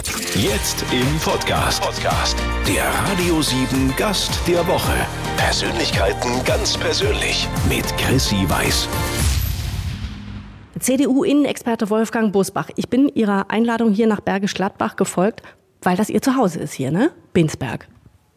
Jetzt im Podcast. Der Radio 7 Gast der Woche. Persönlichkeiten ganz persönlich mit Chrissy Weiß. CDU-Innenexperte Wolfgang Bosbach. Ich bin Ihrer Einladung hier nach Bergisch Gladbach gefolgt, weil das Ihr Zuhause ist hier, ne? Bensberg.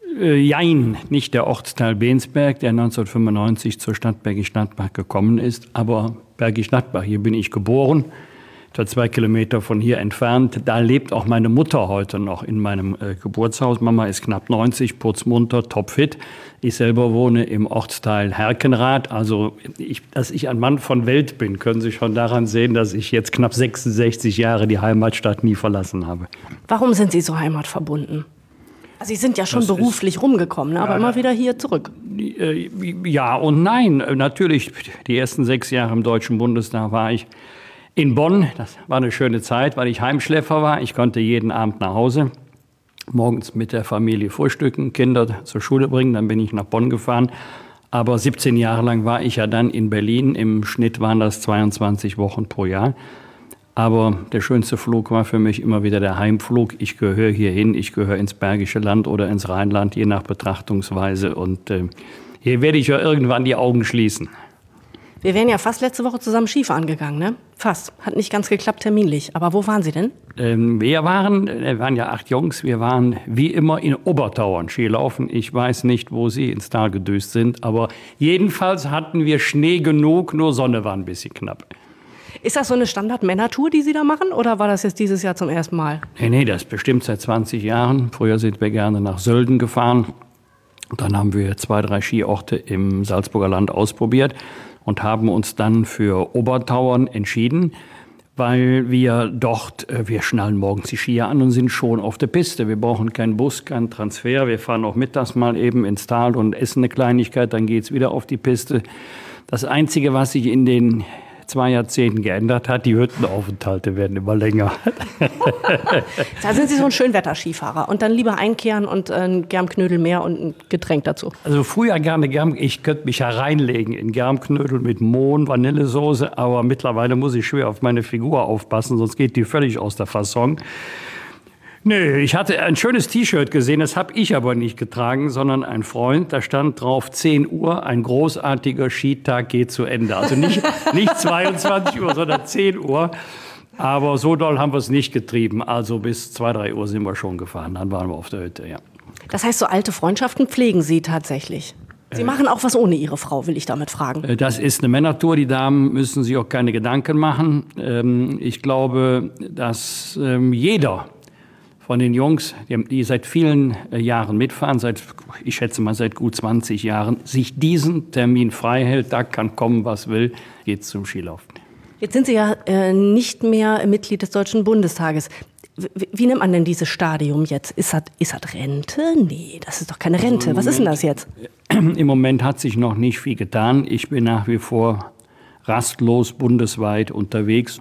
Jein, nicht der Ortsteil Bensberg, der 1995 zur Stadt Bergisch Gladbach gekommen ist, aber Bergisch Gladbach, hier bin ich geboren, etwa 2 Kilometer von hier entfernt. Da lebt auch meine Mutter heute noch in meinem Geburtshaus. Mama ist knapp 90, putzmunter, topfit. Ich selber wohne im Ortsteil Herkenrath. Also, dass ich ein Mann von Welt bin, können Sie schon daran sehen, dass ich jetzt knapp 66 Jahre die Heimatstadt nie verlassen habe. Warum sind Sie so heimatverbunden? Also Sie sind ja schon beruflich rumgekommen, ne? Aber immer wieder hier zurück. Ja und nein. Natürlich, die ersten 6 Jahre im Deutschen Bundestag war ich in Bonn. Das war eine schöne Zeit, weil ich Heimschläfer war. Ich konnte jeden Abend nach Hause, morgens mit der Familie frühstücken, Kinder zur Schule bringen. Dann bin ich nach Bonn gefahren. Aber 17 Jahre lang war ich ja dann in Berlin. Im Schnitt waren das 22 Wochen pro Jahr. Aber der schönste Flug war für mich immer wieder der Heimflug. Ich gehöre hierhin, ich gehöre ins Bergische Land oder ins Rheinland, je nach Betrachtungsweise. Und hier werde ich ja irgendwann die Augen schließen. Wir wären ja fast letzte Woche zusammen Skifahren gegangen, ne? Fast. Hat nicht ganz geklappt terminlich. Aber wo waren Sie denn? Wir waren ja 8 Jungs. Wir waren wie immer in Obertauern Skilaufen. Ich weiß nicht, wo Sie ins Tal gedüst sind. Aber jedenfalls hatten wir Schnee genug, nur Sonne war ein bisschen knapp. Ist das so eine Standard-Männertour, die Sie da machen? Oder war das jetzt dieses Jahr zum ersten Mal? Nee, das ist bestimmt seit 20 Jahren. Früher sind wir gerne nach Sölden gefahren. Dann haben wir 2, 3 Skiorte im Salzburger Land ausprobiert und haben uns dann für Obertauern entschieden, weil wir dort, wir schnallen morgens die Skier an und sind schon auf der Piste. Wir brauchen keinen Bus, keinen Transfer. Wir fahren auch mittags mal eben ins Tal und essen eine Kleinigkeit, dann geht's wieder auf die Piste. Das Einzige, was sich in den 2 Jahrzehnten geändert hat, die Hüttenaufenthalte werden immer länger. Da sind Sie so ein Schönwetter-Skifahrer und dann lieber einkehren und ein Germknödel mehr und ein Getränk dazu. Also früher gerne ich könnte mich ja reinlegen in Germknödel mit Mohn, Vanillesoße, aber mittlerweile muss ich schwer auf meine Figur aufpassen, sonst geht die völlig aus der Fasson. Nee, ich hatte ein schönes T-Shirt gesehen, das habe ich aber nicht getragen, sondern ein Freund. Da stand drauf 10 Uhr, ein großartiger Skitag geht zu Ende. Also nicht 22 Uhr, sondern 10 Uhr. Aber so doll haben wir es nicht getrieben. Also bis 2, 3 Uhr sind wir schon gefahren. Dann waren wir auf der Hütte, ja. Das heißt, so alte Freundschaften pflegen Sie tatsächlich? Sie machen auch was ohne Ihre Frau, will ich damit fragen. Das ist eine Männertour. Die Damen müssen sich auch keine Gedanken machen. Ich glaube, dass jeder von den Jungs, die seit vielen Jahren mitfahren, ich schätze mal seit gut 20 Jahren, sich diesen Termin frei hält, da kann kommen, was will, geht's zum Skilaufen. Jetzt sind Sie ja nicht mehr Mitglied des Deutschen Bundestages. Wie nimmt man denn dieses Stadium jetzt? Ist das Rente? Nee, das ist doch keine Rente. Was ist denn das jetzt? Im Moment hat sich noch nicht viel getan. Ich bin nach wie vor rastlos bundesweit unterwegs.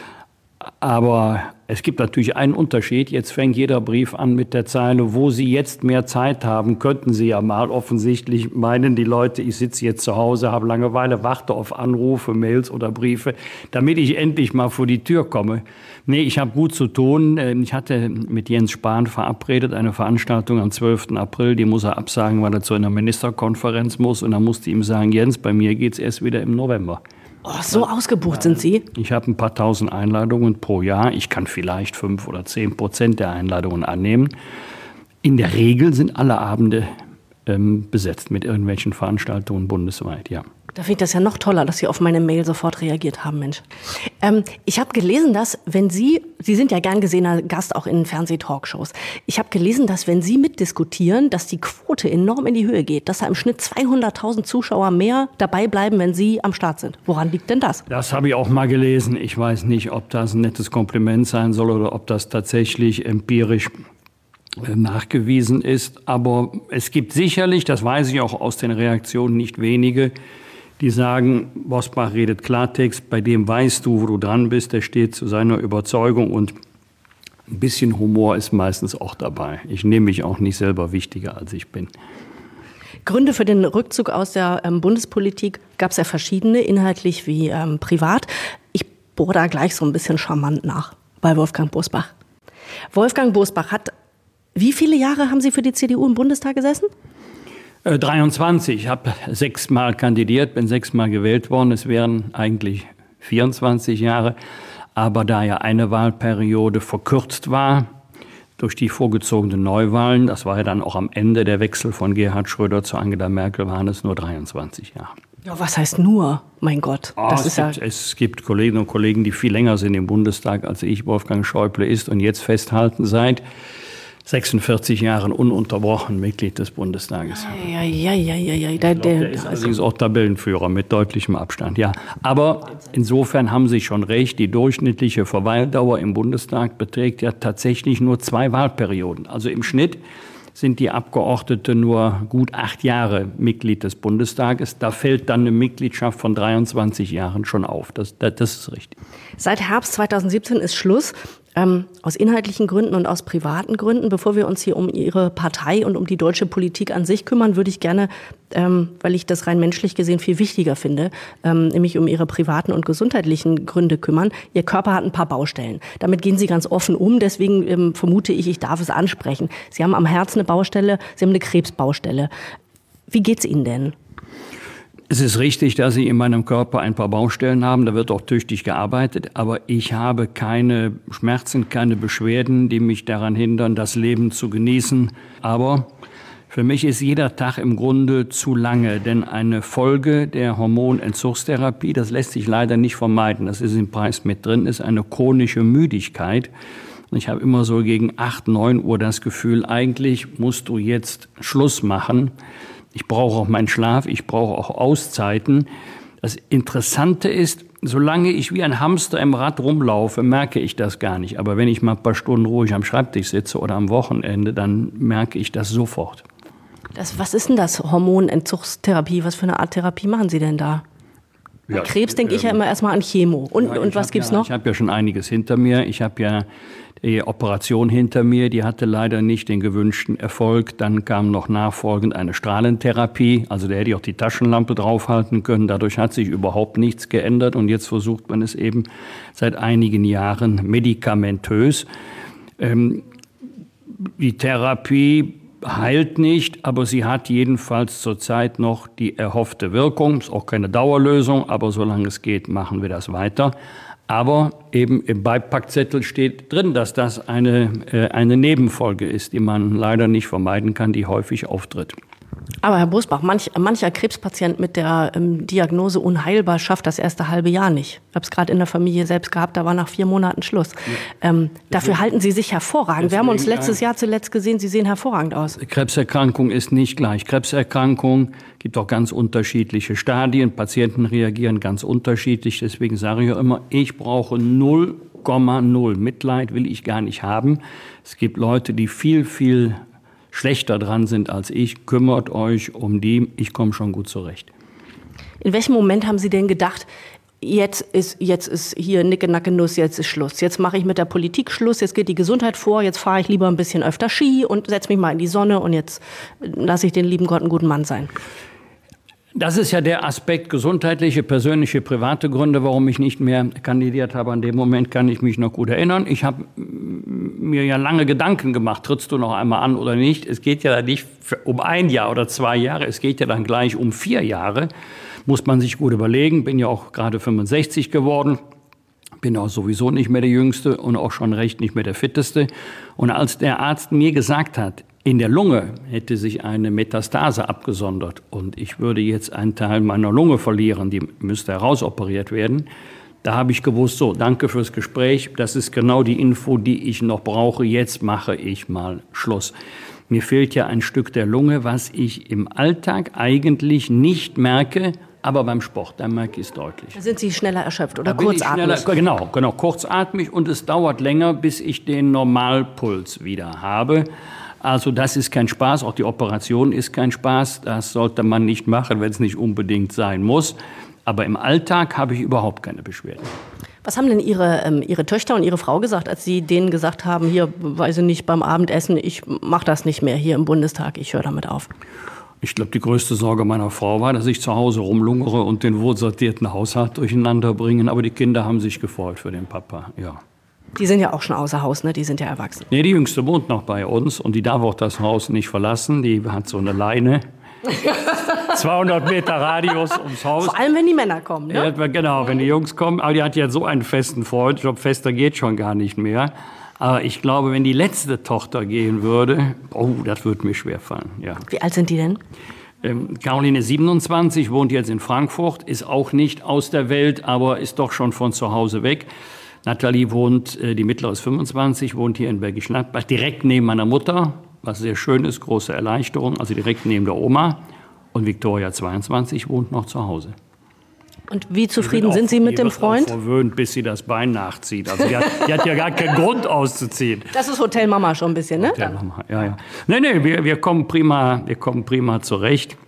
Aber es gibt natürlich einen Unterschied. Jetzt fängt jeder Brief an mit der Zeile, wo Sie jetzt mehr Zeit haben, könnten Sie ja mal. Offensichtlich meinen die Leute, ich sitze jetzt zu Hause, habe Langeweile, warte auf Anrufe, Mails oder Briefe, damit ich endlich mal vor die Tür komme. Nee, ich habe gut zu tun. Ich hatte mit Jens Spahn verabredet, eine Veranstaltung am 12. April. Die muss er absagen, weil er zu einer Ministerkonferenz muss. Und dann musste ich ihm sagen, Jens, bei mir geht's erst wieder im November. Oh, so ausgebucht sind Sie? Ich habe ein paar tausend Einladungen pro Jahr. Ich kann vielleicht 5 oder 10% der Einladungen annehmen. In der Regel sind alle Abende besetzt mit irgendwelchen Veranstaltungen bundesweit, ja. Da finde ich das ja noch toller, dass Sie auf meine Mail sofort reagiert haben, Mensch. Ich habe gelesen, dass wenn Sie sind ja gern gesehener Gast auch in Fernseh-Talkshows. Ich habe gelesen, dass wenn Sie mitdiskutieren, dass die Quote enorm in die Höhe geht, dass da im Schnitt 200.000 Zuschauer mehr dabei bleiben, wenn Sie am Start sind. Woran liegt denn das? Das habe ich auch mal gelesen. Ich weiß nicht, ob das ein nettes Kompliment sein soll oder ob das tatsächlich empirisch nachgewiesen ist. Aber es gibt sicherlich, das weiß ich auch aus den Reaktionen, nicht wenige, die sagen, Bosbach redet Klartext, bei dem weißt du, wo du dran bist, der steht zu seiner Überzeugung und ein bisschen Humor ist meistens auch dabei. Ich nehme mich auch nicht selber wichtiger, als ich bin. Gründe für den Rückzug aus der Bundespolitik gab es ja verschiedene, inhaltlich wie privat. Ich bohre da gleich so ein bisschen charmant nach bei Wolfgang Bosbach. Wolfgang Bosbach wie viele Jahre haben Sie für die CDU im Bundestag gesessen? 23. Ich habe 6-mal kandidiert, bin 6-mal gewählt worden. Es wären eigentlich 24 Jahre. Aber da ja eine Wahlperiode verkürzt war durch die vorgezogenen Neuwahlen, das war ja dann auch am Ende der Wechsel von Gerhard Schröder zu Angela Merkel, waren es nur 23 Jahre. Ja, was heißt nur? Mein Gott. Es gibt Kolleginnen und Kollegen, die viel länger sind im Bundestag, als ich. Wolfgang Schäuble ist und jetzt festhalten seit 46 Jahren ununterbrochen Mitglied des Bundestages. Der ist allerdings auch Tabellenführer mit deutlichem Abstand. Ja, aber insofern haben Sie schon recht, die durchschnittliche Verweildauer im Bundestag beträgt ja tatsächlich nur 2 Wahlperioden. Also im Schnitt sind die Abgeordneten nur gut 8 Jahre Mitglied des Bundestages. Da fällt dann eine Mitgliedschaft von 23 Jahren schon auf. Das ist richtig. Seit Herbst 2017 ist Schluss. Aus inhaltlichen Gründen und aus privaten Gründen. Bevor wir uns hier um Ihre Partei und um die deutsche Politik an sich kümmern, würde ich gerne, weil ich das rein menschlich gesehen viel wichtiger finde, nämlich um Ihre privaten und gesundheitlichen Gründe kümmern. Ihr Körper hat ein paar Baustellen. Damit gehen Sie ganz offen um. Deswegen vermute ich darf es ansprechen. Sie haben am Herzen eine Baustelle, Sie haben eine Krebsbaustelle. Wie geht's Ihnen denn? Es ist richtig, dass Sie in meinem Körper ein paar Baustellen haben. Da wird auch tüchtig gearbeitet. Aber ich habe keine Schmerzen, keine Beschwerden, die mich daran hindern, das Leben zu genießen. Aber für mich ist jeder Tag im Grunde zu lange. Denn eine Folge der Hormonentzugstherapie, das lässt sich leider nicht vermeiden, das ist im Preis mit drin, ist eine chronische Müdigkeit. Ich habe immer so gegen 8, 9 Uhr das Gefühl, eigentlich musst du jetzt Schluss machen. Ich brauche auch meinen Schlaf, ich brauche auch Auszeiten. Das Interessante ist, solange ich wie ein Hamster im Rad rumlaufe, merke ich das gar nicht. Aber wenn ich mal ein paar Stunden ruhig am Schreibtisch sitze oder am Wochenende, dann merke ich das sofort. Was ist denn das, Hormonentzugstherapie? Was für eine Art Therapie machen Sie denn da? Bei Krebs denke ich ja immer erstmal an Chemo. Und was gibt's noch? Ich habe ja schon einiges hinter mir. Ich habe ja die Operation hinter mir, die hatte leider nicht den gewünschten Erfolg. Dann kam noch nachfolgend eine Strahlentherapie, also da hätte ich auch die Taschenlampe draufhalten können. Dadurch hat sich überhaupt nichts geändert und jetzt versucht man es eben seit einigen Jahren medikamentös. Die Therapie heilt nicht, aber sie hat jedenfalls zurzeit noch die erhoffte Wirkung. Ist auch keine Dauerlösung, aber solange es geht, machen wir das weiter. Aber eben im Beipackzettel steht drin, dass das eine Nebenfolge ist, die man leider nicht vermeiden kann, die häufig auftritt. Aber Herr Bosbach, mancher Krebspatient mit der Diagnose unheilbar schafft das erste halbe Jahr nicht. Ich habe es gerade in der Familie selbst gehabt, da war nach 4 Monaten Schluss. Ja. Dafür halten Sie sich hervorragend. Wir haben uns letztes Jahr zuletzt gesehen, Sie sehen hervorragend aus. Krebserkrankung ist nicht gleich. Krebserkrankung gibt auch ganz unterschiedliche Stadien. Patienten reagieren ganz unterschiedlich. Deswegen sage ich auch immer, ich brauche 0,0. Mitleid will ich gar nicht haben. Es gibt Leute, die viel schlechter dran sind als ich. Kümmert euch um die, ich komme schon gut zurecht. In welchem Moment haben Sie denn gedacht, jetzt ist hier Nicke, Nacke, Nuss, jetzt ist Schluss. Jetzt mache ich mit der Politik Schluss, jetzt geht die Gesundheit vor, jetzt fahre ich lieber ein bisschen öfter Ski und setze mich mal in die Sonne und jetzt lasse ich den lieben Gott einen guten Mann sein. Das ist ja der Aspekt gesundheitliche, persönliche, private Gründe, warum ich nicht mehr kandidiert habe. An dem Moment kann ich mich noch gut erinnern. Ich habe mir ja lange Gedanken gemacht, trittst du noch einmal an oder nicht. Es geht ja nicht um 1 Jahr oder 2 Jahre, es geht ja dann gleich um 4 Jahre. Muss man sich gut überlegen, bin ja auch gerade 65 geworden. Bin auch sowieso nicht mehr der Jüngste und auch schon recht nicht mehr der Fitteste. Und als der Arzt mir gesagt hat, in der Lunge hätte sich eine Metastase abgesondert und ich würde jetzt einen Teil meiner Lunge verlieren, die müsste herausoperiert werden. Da habe ich gewusst, so, danke fürs Gespräch, das ist genau die Info, die ich noch brauche, jetzt mache ich mal Schluss. Mir fehlt ja ein Stück der Lunge, was ich im Alltag eigentlich nicht merke, aber beim Sport, da merke ich es deutlich. Da sind Sie schneller erschöpft oder kurzatmig? Genau, kurzatmig und es dauert länger, bis ich den Normalpuls wieder habe. Also das ist kein Spaß, auch die Operation ist kein Spaß. Das sollte man nicht machen, wenn es nicht unbedingt sein muss. Aber im Alltag habe ich überhaupt keine Beschwerden. Was haben denn Ihre Töchter und Ihre Frau gesagt, als Sie denen gesagt haben, hier, weiß ich nicht, beim Abendessen, ich mache das nicht mehr hier im Bundestag, ich höre damit auf? Ich glaube, die größte Sorge meiner Frau war, dass ich zu Hause rumlungere und den wohlsortierten Haushalt durcheinander bringe. Aber die Kinder haben sich gefreut für den Papa, ja. Die sind ja auch schon außer Haus, ne? Die sind ja erwachsen. Nee, die Jüngste wohnt noch bei uns und die darf auch das Haus nicht verlassen. Die hat so eine Leine. 200 Meter Radius ums Haus. Vor allem, wenn die Männer kommen, ne? Genau, wenn die Jungs kommen. Aber die hat ja so einen festen Freund. Ich glaube, fester geht schon gar nicht mehr. Aber ich glaube, wenn die letzte Tochter gehen würde, das würde mir schwerfallen. Ja. Wie alt sind die denn? Caroline ist 27, wohnt jetzt in Frankfurt, ist auch nicht aus der Welt, aber ist doch schon von zu Hause weg. Nathalie wohnt, die mittlere ist 25, wohnt hier in Bergisch Gladbach, direkt neben meiner Mutter, was sehr schön ist, große Erleichterung, also direkt neben der Oma. Und Viktoria, 22, wohnt noch zu Hause. Und wie zufrieden sind Sie mit dem Freund? Die wird auch verwöhnt, bis sie das Bein nachzieht. Also die hat ja gar keinen Grund auszuziehen. Das ist Hotelmama schon ein bisschen, ne? Hotelmama, ja. Nee, wir kommen prima zurecht.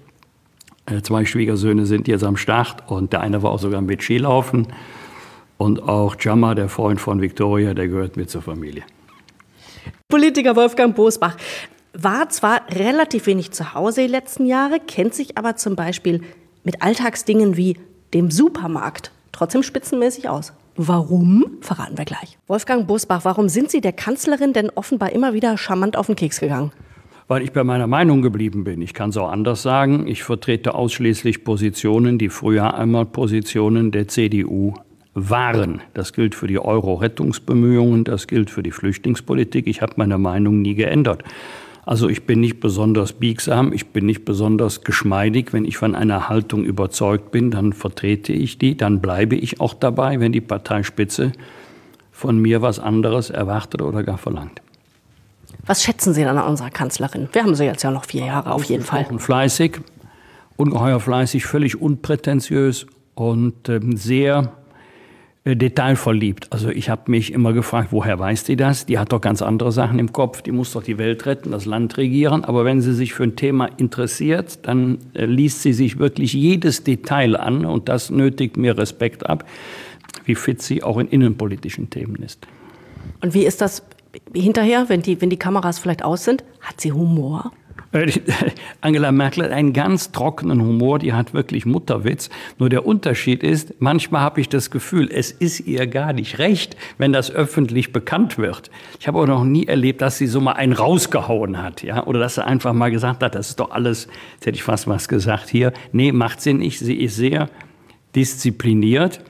2 Schwiegersöhne sind jetzt am Start und der eine war auch sogar mit Skilaufen. Und auch Jammer, der Freund von Viktoria, der gehört mit zur Familie. Politiker Wolfgang Bosbach war zwar relativ wenig zu Hause die letzten Jahre, kennt sich aber zum Beispiel mit Alltagsdingen wie dem Supermarkt trotzdem spitzenmäßig aus. Warum? Verraten wir gleich. Wolfgang Bosbach, warum sind Sie der Kanzlerin denn offenbar immer wieder charmant auf den Keks gegangen? Weil ich bei meiner Meinung geblieben bin. Ich kann es auch anders sagen. Ich vertrete ausschließlich Positionen, die früher einmal Positionen der CDU waren. Das gilt für die Euro-Rettungsbemühungen, das gilt für die Flüchtlingspolitik. Ich habe meine Meinung nie geändert. Also ich bin nicht besonders biegsam, ich bin nicht besonders geschmeidig. Wenn ich von einer Haltung überzeugt bin, dann vertrete ich die, dann bleibe ich auch dabei, wenn die Parteispitze von mir was anderes erwartet oder gar verlangt. Was schätzen Sie dann an unserer Kanzlerin? Wir haben sie jetzt ja noch 4 Jahre auf jeden Fall. Fleißig, ungeheuer fleißig, völlig unprätentiös und sehr detailverliebt. Also ich habe mich immer gefragt, woher weiß die das? Die hat doch ganz andere Sachen im Kopf. Die muss doch die Welt retten, das Land regieren. Aber wenn sie sich für ein Thema interessiert, dann liest sie sich wirklich jedes Detail an. Und das nötigt mir Respekt ab, wie fit sie auch in innenpolitischen Themen ist. Und wie ist das hinterher, wenn die Kameras vielleicht aus sind? Hat sie Humor? Angela Merkel hat einen ganz trockenen Humor, die hat wirklich Mutterwitz. Nur der Unterschied ist, manchmal habe ich das Gefühl, es ist ihr gar nicht recht, wenn das öffentlich bekannt wird. Ich habe auch noch nie erlebt, dass sie so mal einen rausgehauen hat, ja, oder dass sie einfach mal gesagt hat, das ist doch alles, jetzt hätte ich fast was gesagt hier. Nee, macht sie nicht. Sie ist sehr diszipliniert.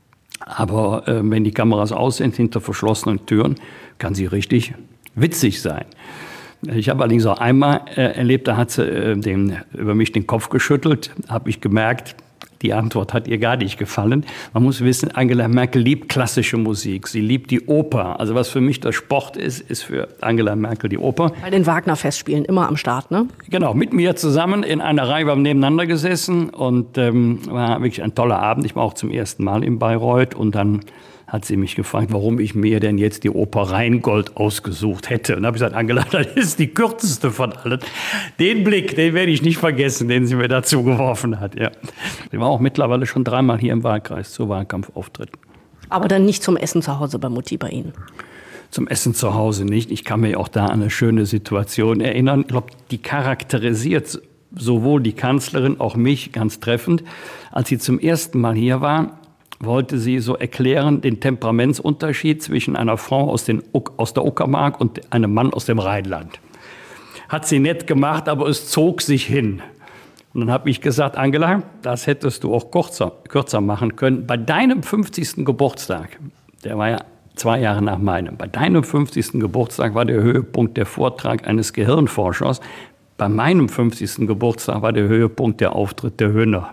Aber wenn die Kameras aus sind, hinter verschlossenen Türen, kann sie richtig witzig sein. Ich habe allerdings auch einmal erlebt, da hat sie über mich den Kopf geschüttelt, habe ich gemerkt, die Antwort hat ihr gar nicht gefallen. Man muss wissen, Angela Merkel liebt klassische Musik, sie liebt die Oper. Also was für mich der Sport ist für Angela Merkel die Oper. Bei den Wagner-Festspielen immer am Start, ne? Genau, mit mir zusammen in einer Reihe, wir haben nebeneinander gesessen und war wirklich ein toller Abend. Ich war auch zum ersten Mal in Bayreuth und dann hat sie mich gefragt, warum ich mir denn jetzt die Oper Rheingold ausgesucht hätte. Und habe ich gesagt, Angela, das ist die kürzeste von allen. Den Blick, den werde ich nicht vergessen, den sie mir dazu geworfen hat. Ja. Sie war auch mittlerweile schon 3-mal hier im Wahlkreis zu Wahlkampfauftritten. Aber dann nicht zum Essen zu Hause bei Mutti bei Ihnen? Zum Essen zu Hause nicht. Ich kann mich auch da an eine schöne Situation erinnern. Ich glaube, die charakterisiert sowohl die Kanzlerin, auch mich ganz treffend. Als sie zum ersten Mal hier war, wollte sie so erklären, den Temperamentsunterschied zwischen einer Frau aus der Uckermark und einem Mann aus dem Rheinland. Hat sie nett gemacht, aber es zog sich hin. Und dann habe ich gesagt, Angela, das hättest du auch kürzer machen können. Bei deinem 50. Geburtstag, der war ja 2 Jahre nach meinem, bei deinem 50. Geburtstag war der Höhepunkt der Vortrag eines Gehirnforschers. Bei meinem 50. Geburtstag war der Höhepunkt der Auftritt der Hühner.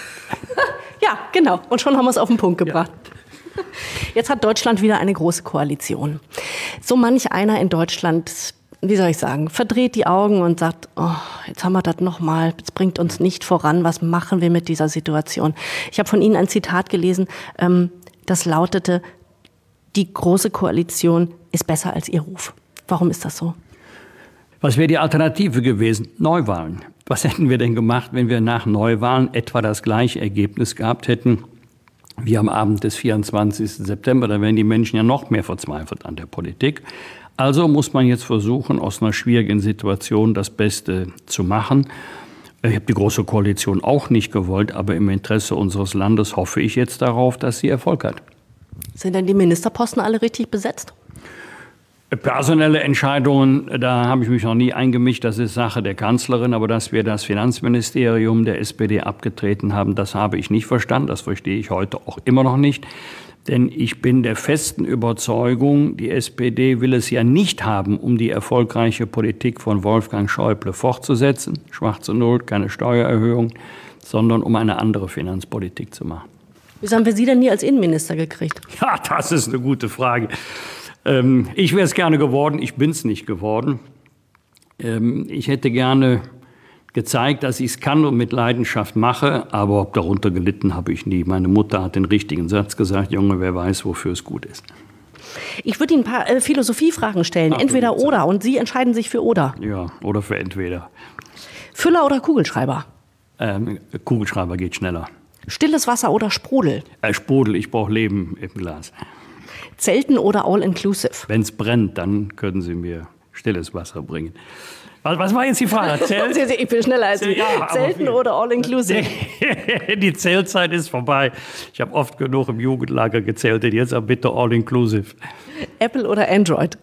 Ja, genau. Und schon haben wir es auf den Punkt gebracht. Ja. Jetzt hat Deutschland wieder eine große Koalition. So manch einer in Deutschland, wie soll ich sagen, verdreht die Augen und sagt, oh, jetzt haben wir das nochmal, das bringt uns nicht voran, was machen wir mit dieser Situation? Ich habe von Ihnen ein Zitat gelesen, das lautete, die große Koalition ist besser als Ihr Ruf. Warum ist das so? Was wäre die Alternative gewesen? Neuwahlen. Was hätten wir denn gemacht, wenn wir nach Neuwahlen etwa das gleiche Ergebnis gehabt hätten wie am Abend des 24. September? Da wären die Menschen ja noch mehr verzweifelt an der Politik. Also muss man jetzt versuchen, aus einer schwierigen Situation das Beste zu machen. Ich habe die Große Koalition auch nicht gewollt, aber im Interesse unseres Landes hoffe ich jetzt darauf, dass sie Erfolg hat. Sind denn die Ministerposten alle richtig besetzt? Personelle Entscheidungen, da habe ich mich noch nie eingemischt, das ist Sache der Kanzlerin, aber dass wir das Finanzministerium der SPD abgetreten haben, das habe ich nicht verstanden, das verstehe ich heute auch immer noch nicht. Denn ich bin der festen Überzeugung, die SPD will es ja nicht haben, um die erfolgreiche Politik von Wolfgang Schäuble fortzusetzen, schwarze Null, keine Steuererhöhung, sondern um eine andere Finanzpolitik zu machen. Wieso haben wir Sie denn nie als Innenminister gekriegt? Ja, das ist eine gute Frage. Ich wäre es gerne geworden, ich bin es nicht geworden. Ich hätte gerne gezeigt, dass ich es kann und mit Leidenschaft mache, aber darunter gelitten habe ich nie. Meine Mutter hat den richtigen Satz gesagt, Junge, wer weiß, wofür es gut ist. Ich würde Ihnen ein paar Philosophiefragen stellen, entweder oder, und Sie entscheiden sich für oder. Ja, oder für entweder. Füller oder Kugelschreiber? Kugelschreiber geht schneller. Stilles Wasser oder Sprudel? Sprudel, ich brauche Leben im Glas. Zelten oder All-Inclusive? Wenn es brennt, dann können Sie mir stilles Wasser bringen. Was war jetzt die Frage? Ich bin schneller als Sie. Ja, Zelten oder All-Inclusive? Die Zeltzeit ist vorbei. Ich habe oft genug im Jugendlager gezeltet. Jetzt aber bitte All-Inclusive. Apple oder Android?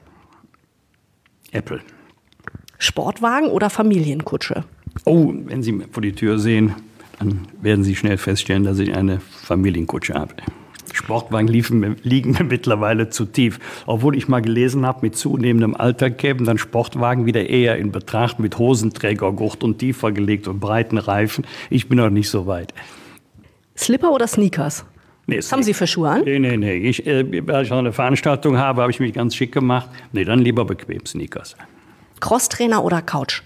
Apple. Sportwagen oder Familienkutsche? Oh, wenn Sie vor die Tür sehen, dann werden Sie schnell feststellen, dass ich eine Familienkutsche habe. Sportwagen liegen mir mittlerweile zu tief. Obwohl ich mal gelesen habe, mit zunehmendem Alter kämen dann Sportwagen wieder eher in Betracht mit Hosenträgergurt und tiefer gelegt und breiten Reifen. Ich bin noch nicht so weit. Slipper oder Sneakers? Nee, Was haben Sie für Schuhe an? Nee. Weil ich noch eine Veranstaltung habe ich mich ganz schick gemacht. Nee, dann lieber bequem Sneakers. Crosstrainer oder Couch?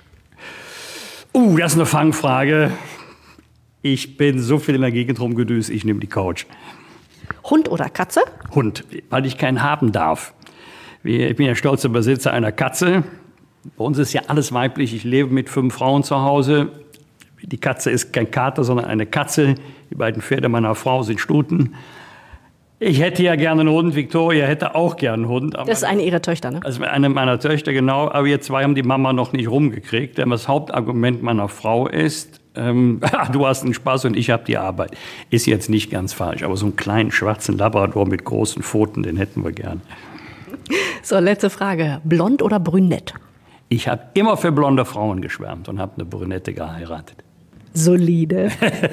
Das ist eine Fangfrage. Ich bin so viel in der Gegend rumgedüst, ich nehme die Couch. Hund oder Katze? Hund, weil ich keinen haben darf. Ich bin ja stolzer Besitzer einer Katze. Bei uns ist ja alles weiblich. Ich lebe mit 5 Frauen zu Hause. Die Katze ist kein Kater, sondern eine Katze. Die beiden Pferde meiner Frau sind Stuten. Ich hätte ja gerne einen Hund. Victoria hätte auch gerne einen Hund. Das ist eine Ihrer Töchter, ne? Also eine meiner Töchter, genau. Aber wir 2 haben die Mama noch nicht rumgekriegt. Denn das Hauptargument meiner Frau ist, du hast den Spaß und ich habe die Arbeit. Ist jetzt nicht ganz falsch, aber so einen kleinen schwarzen Labrador mit großen Pfoten, den hätten wir gern. So, letzte Frage. Blond oder brünett? Ich habe immer für blonde Frauen geschwärmt und habe eine Brünette geheiratet. Solide.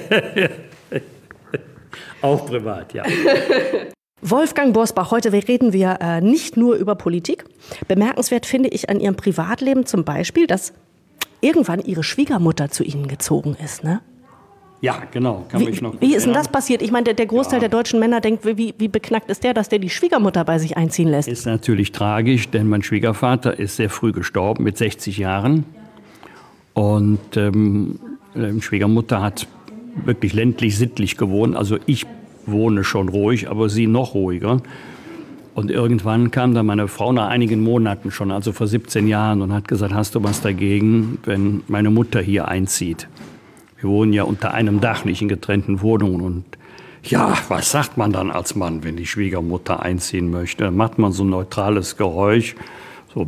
Auch privat, ja. Wolfgang Bosbach, heute reden wir nicht nur über Politik. Bemerkenswert finde ich an Ihrem Privatleben zum Beispiel, dass irgendwann Ihre Schwiegermutter zu Ihnen gezogen ist, ne? Ja, genau. Wie ist denn das passiert? Ich meine, der Großteil der deutschen Männer denkt, wie beknackt ist der, dass der die Schwiegermutter bei sich einziehen lässt? Ist natürlich tragisch, denn mein Schwiegervater ist sehr früh gestorben, mit 60 Jahren. Und Schwiegermutter hat wirklich ländlich sittlich gewohnt. Also ich wohne schon ruhig, aber sie noch ruhiger. Und irgendwann kam dann meine Frau nach einigen Monaten schon, also vor 17 Jahren, und hat gesagt, hast du was dagegen, wenn meine Mutter hier einzieht? Wir wohnen ja unter einem Dach, nicht in getrennten Wohnungen. Und ja, was sagt man dann als Mann, wenn die Schwiegermutter einziehen möchte? Dann macht man so ein neutrales Geräusch. So,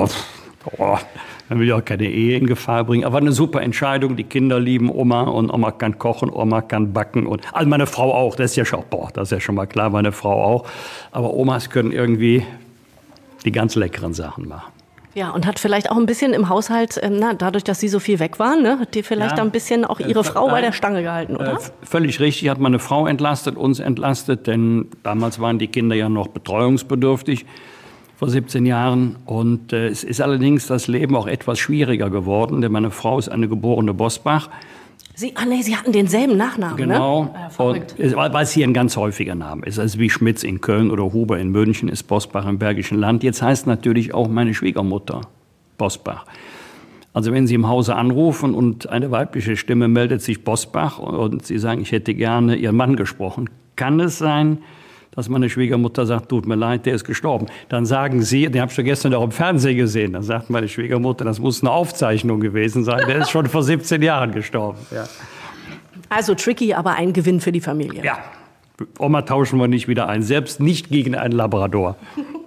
man will ja auch keine Ehe in Gefahr bringen. Aber eine super Entscheidung. Die Kinder lieben Oma und Oma kann kochen, Oma kann backen. Und also meine Frau auch, das ist ja schon mal klar, meine Frau auch. Aber Omas können irgendwie die ganz leckeren Sachen machen. Ja, und hat vielleicht auch ein bisschen im Haushalt, dadurch, dass Sie so viel weg waren, ne, hat die vielleicht ein bisschen auch Ihre Frau bei der Stange gehalten, oder? Völlig richtig, hat meine Frau entlastet, uns entlastet, denn damals waren die Kinder ja noch betreuungsbedürftig. Vor 17 Jahren. Und es ist allerdings das Leben auch etwas schwieriger geworden, denn meine Frau ist eine geborene Bosbach. Sie hatten denselben Nachnamen, genau, ne? Verrückt. Weil es hier ein ganz häufiger Name ist. Also wie Schmitz in Köln oder Huber in München ist Bosbach im Bergischen Land. Jetzt heißt natürlich auch meine Schwiegermutter Bosbach. Also wenn Sie im Hause anrufen und eine weibliche Stimme meldet sich Bosbach und Sie sagen, ich hätte gerne Ihren Mann gesprochen, kann es sein, dass meine Schwiegermutter sagt, tut mir leid, der ist gestorben. Dann sagen Sie, den habe ich gestern auch im Fernsehen gesehen, dann sagt meine Schwiegermutter, das muss eine Aufzeichnung gewesen sein, der ist schon vor 17 Jahren gestorben. Ja. Also tricky, aber ein Gewinn für die Familie. Ja, Oma tauschen wir nicht wieder ein, selbst nicht gegen einen Labrador.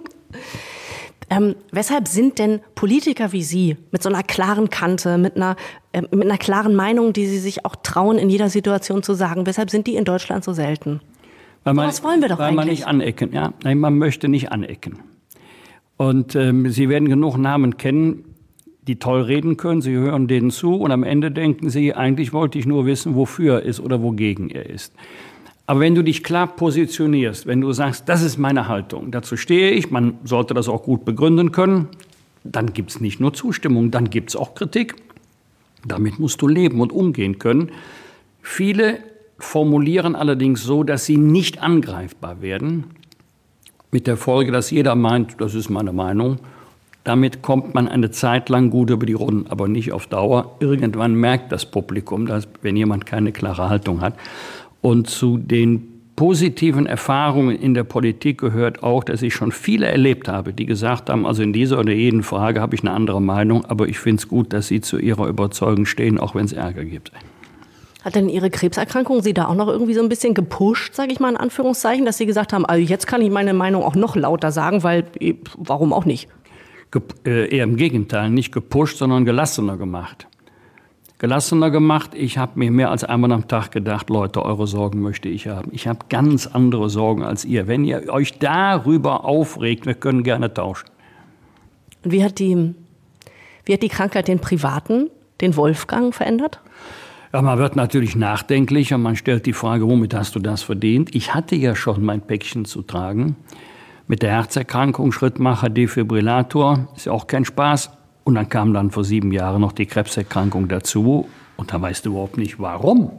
Weshalb sind denn Politiker wie Sie mit so einer klaren Kante, mit einer klaren Meinung, die Sie sich auch trauen, in jeder Situation zu sagen, weshalb sind die in Deutschland so selten? Das wollen wir doch eigentlich. Weil man nicht anecken, ja. Nein, man möchte nicht anecken. Und Sie werden genug Namen kennen, die toll reden können. Sie hören denen zu und am Ende denken Sie, eigentlich wollte ich nur wissen, wofür er ist oder wogegen er ist. Aber wenn du dich klar positionierst, wenn du sagst, das ist meine Haltung, dazu stehe ich, man sollte das auch gut begründen können, dann gibt es nicht nur Zustimmung, dann gibt es auch Kritik. Damit musst du leben und umgehen können. Viele formulieren allerdings so, dass sie nicht angreifbar werden, mit der Folge, dass jeder meint, das ist meine Meinung. Damit kommt man eine Zeit lang gut über die Runden, aber nicht auf Dauer. Irgendwann merkt das Publikum, dass, wenn jemand keine klare Haltung hat. Und zu den positiven Erfahrungen in der Politik gehört auch, dass ich schon viele erlebt habe, die gesagt haben, also in dieser oder jeden Frage habe ich eine andere Meinung, aber ich finde es gut, dass Sie zu Ihrer Überzeugung stehen, auch wenn es Ärger gibt. Hat denn Ihre Krebserkrankung Sie da auch noch irgendwie so ein bisschen gepusht, sage ich mal in Anführungszeichen, dass Sie gesagt haben, also jetzt kann ich meine Meinung auch noch lauter sagen, weil warum auch nicht? Eher im Gegenteil, nicht gepusht, sondern gelassener gemacht. Ich habe mir mehr als einmal am Tag gedacht, Leute, eure Sorgen möchte ich haben. Ich habe ganz andere Sorgen als ihr. Wenn ihr euch darüber aufregt, wir können gerne tauschen. Und wie hat die Krankheit den Privaten, den Wolfgang, verändert? Ja, man wird natürlich nachdenklicher, man stellt die Frage, womit hast du das verdient? Ich hatte ja schon mein Päckchen zu tragen. Mit der Herzerkrankung, Schrittmacher, Defibrillator, ist ja auch kein Spaß. Und dann kam dann vor 7 Jahren noch die Krebserkrankung dazu. Und da weißt du überhaupt nicht, warum.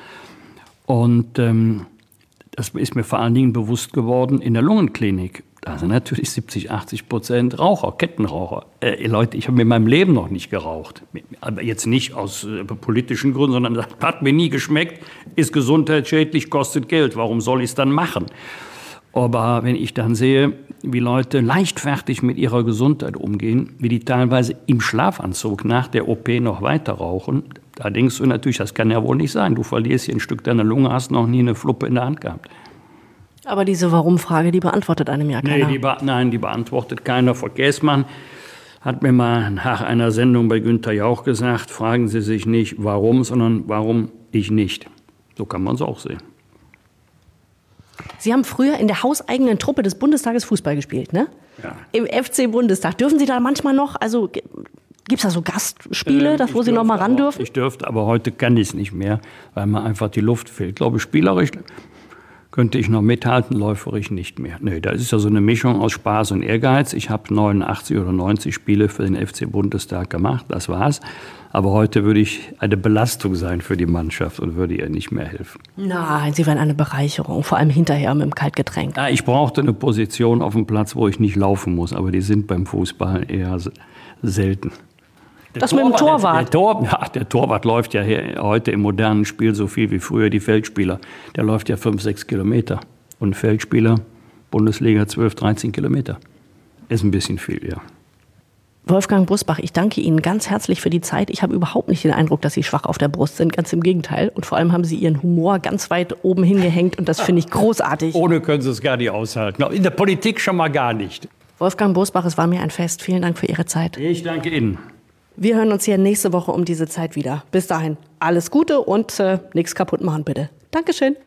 Und das ist mir vor allen Dingen bewusst geworden in der Lungenklinik. Da sind natürlich 70-80% Raucher, Kettenraucher. Leute, ich habe in meinem Leben noch nicht geraucht. Aber jetzt nicht aus politischen Gründen, sondern das hat mir nie geschmeckt, ist gesundheitsschädlich, kostet Geld. Warum soll ich es dann machen? Aber wenn ich dann sehe, wie Leute leichtfertig mit ihrer Gesundheit umgehen, wie die teilweise im Schlafanzug nach der OP noch weiter rauchen, da denkst du natürlich, das kann ja wohl nicht sein. Du verlierst hier ein Stück deiner Lunge, hast noch nie eine Fluppe in der Hand gehabt. Aber diese Warum-Frage, die beantwortet einem ja keiner. Nein, die beantwortet keiner. Frau Käßmann hat mir mal nach einer Sendung bei Günther Jauch gesagt, fragen Sie sich nicht, warum, sondern warum ich nicht. So kann man es auch sehen. Sie haben früher in der hauseigenen Truppe des Bundestages Fußball gespielt, ne? Ja. Im FC Bundestag. Dürfen Sie da manchmal noch, also gibt es da so Gastspiele, wo Sie noch mal ran dürfen? Ich dürfte, aber heute kann ich es nicht mehr, weil mir einfach die Luft fehlt. Ich glaube, spielerisch könnte ich noch mithalten, läuferisch nicht mehr. Nee, da ist ja so eine Mischung aus Spaß und Ehrgeiz. Ich habe 89 oder 90 Spiele für den FC Bundestag gemacht, das war's. Aber heute würde ich eine Belastung sein für die Mannschaft und würde ihr nicht mehr helfen. Nein, Sie wären eine Bereicherung, vor allem hinterher mit dem Kaltgetränk. Ja, ich brauchte eine Position auf dem Platz, wo ich nicht laufen muss, aber die sind beim Fußball eher selten. Das mit dem Torwart? Der Torwart läuft ja heute im modernen Spiel so viel wie früher die Feldspieler. Der läuft ja 5-6 Kilometer. Und ein Feldspieler, Bundesliga 12, 13 Kilometer. Ist ein bisschen viel, ja. Wolfgang Bosbach, ich danke Ihnen ganz herzlich für die Zeit. Ich habe überhaupt nicht den Eindruck, dass Sie schwach auf der Brust sind. Ganz im Gegenteil. Und vor allem haben Sie Ihren Humor ganz weit oben hingehängt. Und das finde ich großartig. Ohne können Sie es gar nicht aushalten. In der Politik schon mal gar nicht. Wolfgang Bosbach, es war mir ein Fest. Vielen Dank für Ihre Zeit. Ich danke Ihnen. Wir hören uns hier nächste Woche um diese Zeit wieder. Bis dahin alles Gute und nichts kaputt machen, bitte. Dankeschön.